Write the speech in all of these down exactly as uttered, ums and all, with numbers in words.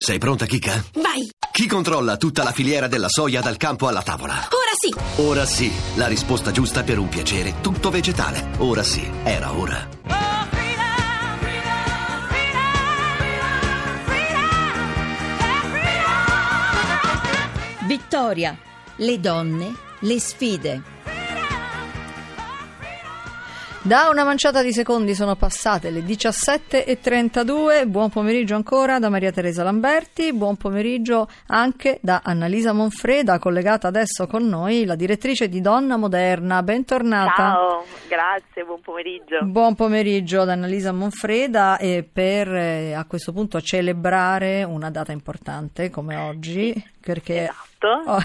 Sei pronta, Kika? Vai! Chi controlla tutta la filiera della soia dal campo alla tavola? Ora sì! Ora sì, la risposta giusta per un piacere tutto vegetale. Ora sì, era ora. Vittoria, le donne, le sfide. Da una manciata di secondi sono passate le diciassette e trentadue. Buon pomeriggio ancora da Maria Teresa Lamberti, buon pomeriggio anche da Annalisa Monfreda, collegata adesso con noi, la direttrice di Donna Moderna. Bentornata. Ciao, grazie, buon pomeriggio. Buon pomeriggio ad Annalisa Monfreda, e per eh, a questo punto celebrare una data importante come oggi, sì, perché esatto. oh,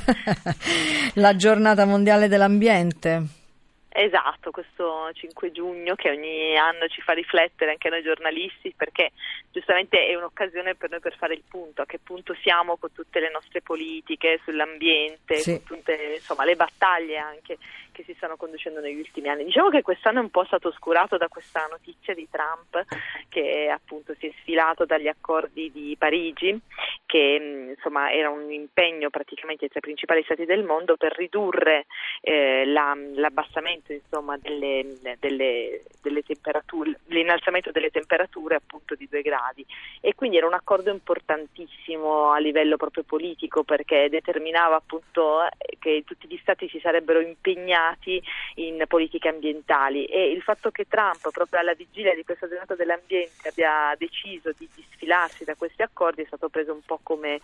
la giornata mondiale dell'ambiente. Esatto, questo cinque giugno che ogni anno ci fa riflettere anche noi giornalisti, perché giustamente è un'occasione per noi per fare il punto, a che punto siamo con tutte le nostre politiche sull'ambiente, sì, con tutte insomma le battaglie anche che si stanno conducendo negli ultimi anni. Diciamo che quest'anno è un po' stato oscurato da questa notizia di Trump, che appunto si è sfilato dagli accordi di Parigi, che insomma era un impegno praticamente tra i principali stati del mondo per ridurre eh, la, l'abbassamento insomma delle, delle, delle temperature, l'innalzamento delle temperature appunto di due gradi, e quindi era un accordo importantissimo a livello proprio politico, perché determinava appunto che tutti gli stati si sarebbero impegnati in politiche ambientali, e il fatto che Trump proprio alla vigilia di questa giornata dell'ambiente abbia deciso di, di sfilarsi da questi accordi è stato preso un po' come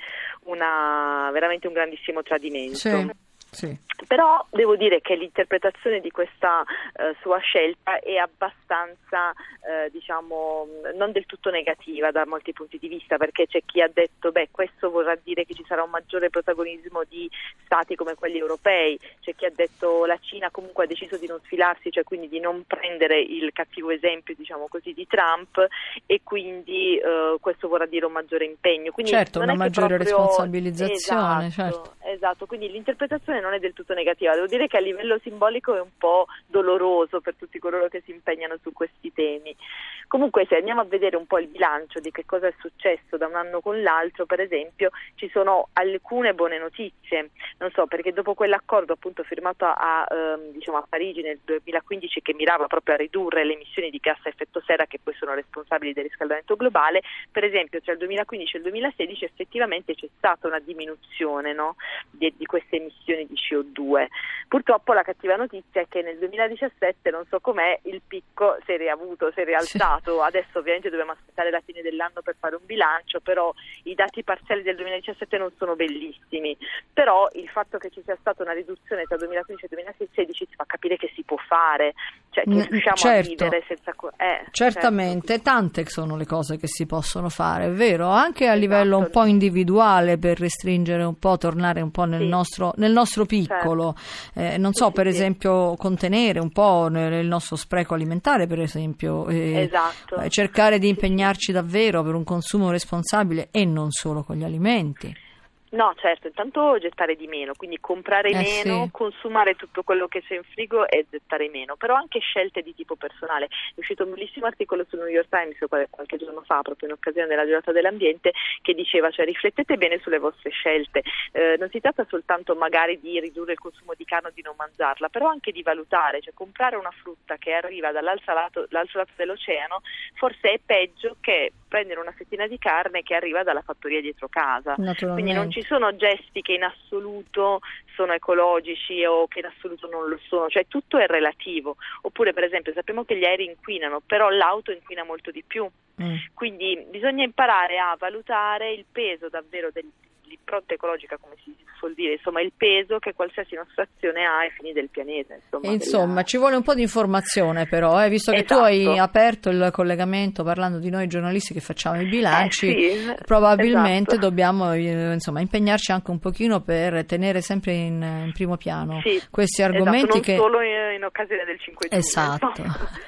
una veramente un grandissimo tradimento. Sì. Sì. Però devo dire che l'interpretazione di questa eh, sua scelta è abbastanza eh, diciamo non del tutto negativa da molti punti di vista, perché c'è chi ha detto beh, questo vorrà dire che ci sarà un maggiore protagonismo di stati come quelli europei, c'è chi ha detto la Cina comunque ha deciso di non sfilarsi, cioè quindi di non prendere il cattivo esempio diciamo così di Trump, e quindi eh, questo vorrà dire un maggiore impegno, quindi certo, non una è maggiore proprio... responsabilizzazione. Esatto, certo. esatto, quindi l'interpretazione non è del tutto negativa. Devo dire che a livello simbolico è un po' doloroso per tutti coloro che si impegnano su questi temi. Comunque, se andiamo a vedere un po' il bilancio di che cosa è successo da un anno con l'altro, per esempio, ci sono alcune buone notizie. Non so, perché dopo quell'accordo appunto firmato a, a, ehm, diciamo a Parigi nel duemilaquindici, che mirava proprio a ridurre le emissioni di gas a effetto serra che poi sono responsabili del riscaldamento globale, per esempio tra il duemilaquindici e il duemilasedici effettivamente c'è stata una diminuzione, no, di, di queste emissioni di C O due. Purtroppo la cattiva notizia è che nel duemiladiciassette, non so com'è, il picco si è riavuto, si è rialzato. Sì. Adesso ovviamente dobbiamo aspettare la fine dell'anno per fare un bilancio, però i dati parziali del duemiladiciassette non sono bellissimi. Però il fatto che ci sia stata una riduzione tra duemilaquindici e duemilasedici ci fa capire che si può fare, cioè che riusciamo certo. a vivere senza... Eh, Certamente, certo. Tante sono le cose che si possono fare, è vero, anche a esatto. livello un po' individuale, per restringere un po', tornare un po' nel, sì. nostro, nel nostro piccolo. Certo. Eh, non so, sì, per sì. esempio, contenere un po' nel nostro spreco alimentare, per esempio, eh, esatto. eh, cercare di impegnarci davvero per un consumo responsabile e non solo con gli alimenti. No, certo, intanto gettare di meno, quindi comprare eh meno, sì. consumare tutto quello che c'è in frigo e gettare meno, però anche scelte di tipo personale. È uscito un bellissimo articolo sul New York Times qualche giorno fa, proprio in occasione della giornata dell'ambiente, che diceva, cioè riflettete bene sulle vostre scelte, eh, non si tratta soltanto magari di ridurre il consumo di carne o di non mangiarla, però anche di valutare, cioè comprare una frutta che arriva dall'altro lato, dall'altro lato dell'oceano forse è peggio che prendere una fettina di carne che arriva dalla fattoria dietro casa. Quindi non ci sono gesti che in assoluto sono ecologici o che in assoluto non lo sono, cioè tutto è relativo. Oppure, per esempio, sappiamo che gli aerei inquinano, però l'auto inquina molto di più. Mm. Quindi bisogna imparare a valutare il peso davvero dell'impronta ecologica, come si suol dire, insomma il peso che qualsiasi nostra azione ha ai fini del pianeta. Insomma, e insomma della... ci vuole un po' di informazione però, eh, visto che esatto. tu hai aperto il collegamento parlando di noi giornalisti che facciamo i bilanci, eh sì, probabilmente esatto. dobbiamo eh, insomma impegnarci anche un pochino per tenere sempre in, in primo piano sì, questi argomenti, esatto, non che solo in, in occasione del cinque giugno. Esatto.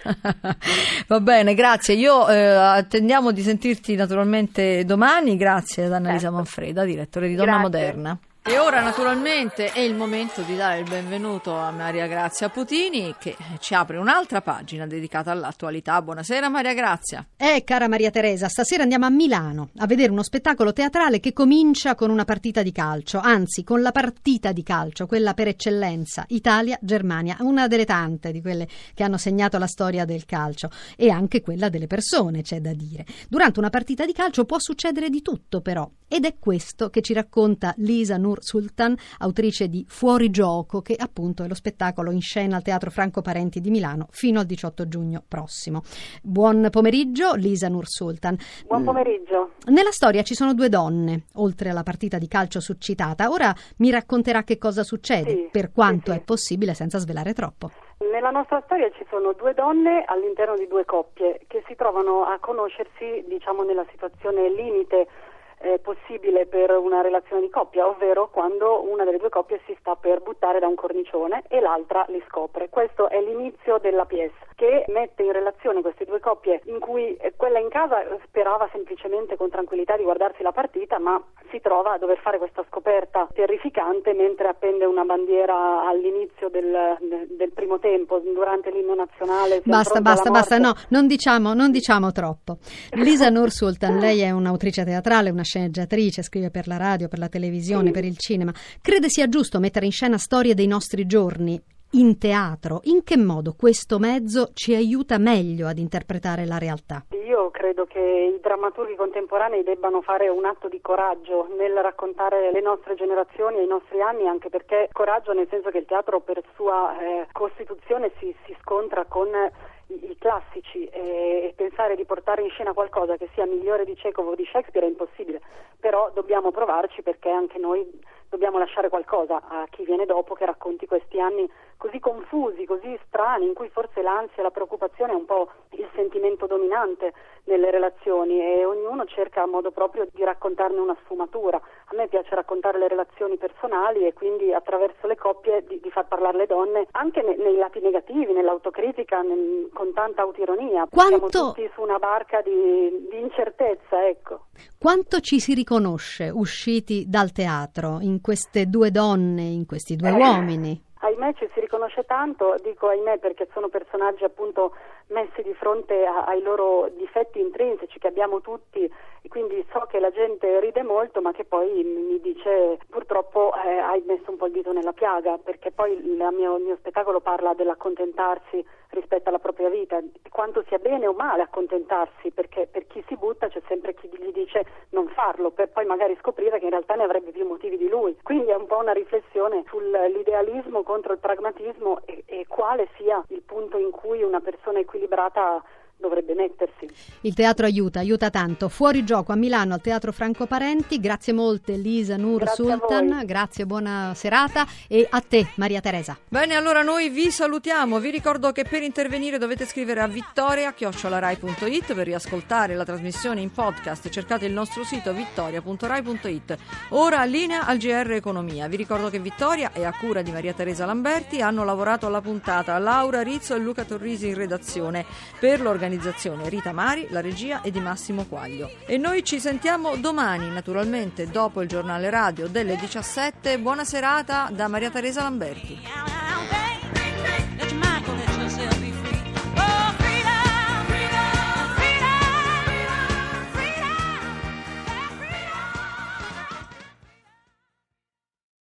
Va bene, grazie. Io eh, attendiamo di sentirti naturalmente domani. Grazie ad Annalisa certo. Monfreda, direttore di Donna Grazie. Moderna. E ora naturalmente è il momento di dare il benvenuto a Maria Grazia Putini, che ci apre un'altra pagina dedicata all'attualità. Buonasera Maria Grazia. Eh, cara Maria Teresa, stasera andiamo a Milano a vedere uno spettacolo teatrale che comincia con una partita di calcio, anzi con la partita di calcio, quella per eccellenza, Italia-Germania, una delle tante di quelle che hanno segnato la storia del calcio e anche quella delle persone, c'è da dire. Durante una partita di calcio può succedere di tutto però, ed è questo che ci racconta Lisa Nur Sultan, autrice di Fuori gioco, che appunto è lo spettacolo in scena al Teatro Franco Parenti di Milano fino al diciotto giugno prossimo. Buon pomeriggio Lisa Nur Sultan. Buon pomeriggio. Nella storia ci sono due donne, oltre alla partita di calcio succitata. Ora mi racconterà che cosa succede, sì, per quanto sì, sì. è possibile, senza svelare troppo. Nella nostra storia ci sono due donne all'interno di due coppie che si trovano a conoscersi, diciamo, nella situazione limite eh, possibile per una relazione di coppia, ovvero quando una delle due coppie si sta per buttare da un cornicione e l'altra li scopre. Questo è l'inizio della pièce, che mette in relazione queste due coppie in cui eh, quella in casa sperava semplicemente con tranquillità di guardarsi la partita, ma si trova a dover fare questa scoperta terrificante mentre appende una bandiera all'inizio del, del primo tempo, durante l'inno nazionale. Basta, basta, basta, no, non diciamo, non diciamo troppo. Lisa Nur Sultan, lei è un'autrice teatrale, una sceneggiatrice, scrive per la radio, per la televisione, sì. per il cinema. Crede sia giusto mettere in scena storie dei nostri giorni in teatro? In che modo questo mezzo ci aiuta meglio ad interpretare la realtà? Io credo che i drammaturghi contemporanei debbano fare un atto di coraggio nel raccontare le nostre generazioni e i nostri anni, anche perché coraggio nel senso che il teatro per sua eh, costituzione si, si scontra con i, i classici e, e pensare di portare in scena qualcosa che sia migliore di Chekhov o di Shakespeare è impossibile, però dobbiamo provarci perché anche noi dobbiamo lasciare qualcosa a chi viene dopo che racconti questi anni così confusi, così strani, in cui forse l'ansia e la preoccupazione è un po' il sentimento dominante nelle relazioni e ognuno cerca a modo proprio di raccontarne una sfumatura. A me piace raccontare le relazioni personali e quindi attraverso le coppie di, di far parlare le donne anche ne, nei lati negativi, nell'autocritica, nel, con tanta autoironia. Quanto... Siamo tutti su una barca di, di incertezza, ecco. Quanto ci si riconosce usciti dal teatro in queste due donne, in questi due Eh. uomini? Ahimè ci si riconosce tanto, dico ahimè perché sono personaggi appunto messi di fronte a, ai loro difetti intrinseci che abbiamo tutti, e quindi so che la gente ride molto ma che poi mi dice purtroppo eh, hai messo un po' il dito nella piaga, perché poi il mio, il mio spettacolo parla dell'accontentarsi rispetto alla propria vita, quanto sia bene o male accontentarsi, perché per chi si butta c'è sempre chi gli dice non farlo, per poi magari scoprire che in realtà ne avrebbe più motivi di lui. Quindi è un po' una riflessione sull'idealismo contro il pragmatismo e, e quale sia il punto in cui una persona equilibrata dovrebbe mettersi. Il teatro aiuta, aiuta tanto. Fuori gioco a Milano al Teatro Franco Parenti. Grazie molte Lisa Nur Grazie Sultan, grazie, buona serata e a te Maria Teresa. Bene, allora noi vi salutiamo, vi ricordo che per intervenire dovete scrivere a vittoria chiocciola rai punto it, per riascoltare la trasmissione in podcast cercate il nostro sito vittoria punto rai punto it. Ora linea al G R Economia, vi ricordo che Vittoria è a cura di Maria Teresa Lamberti, hanno lavorato alla puntata Laura Rizzo e Luca Torrisi in redazione, per l'organizzazione Rita Mari, la regia è di Massimo Quaglio. E noi ci sentiamo domani, naturalmente dopo il giornale radio delle diciassette. Buona serata da Maria Teresa Lamberti.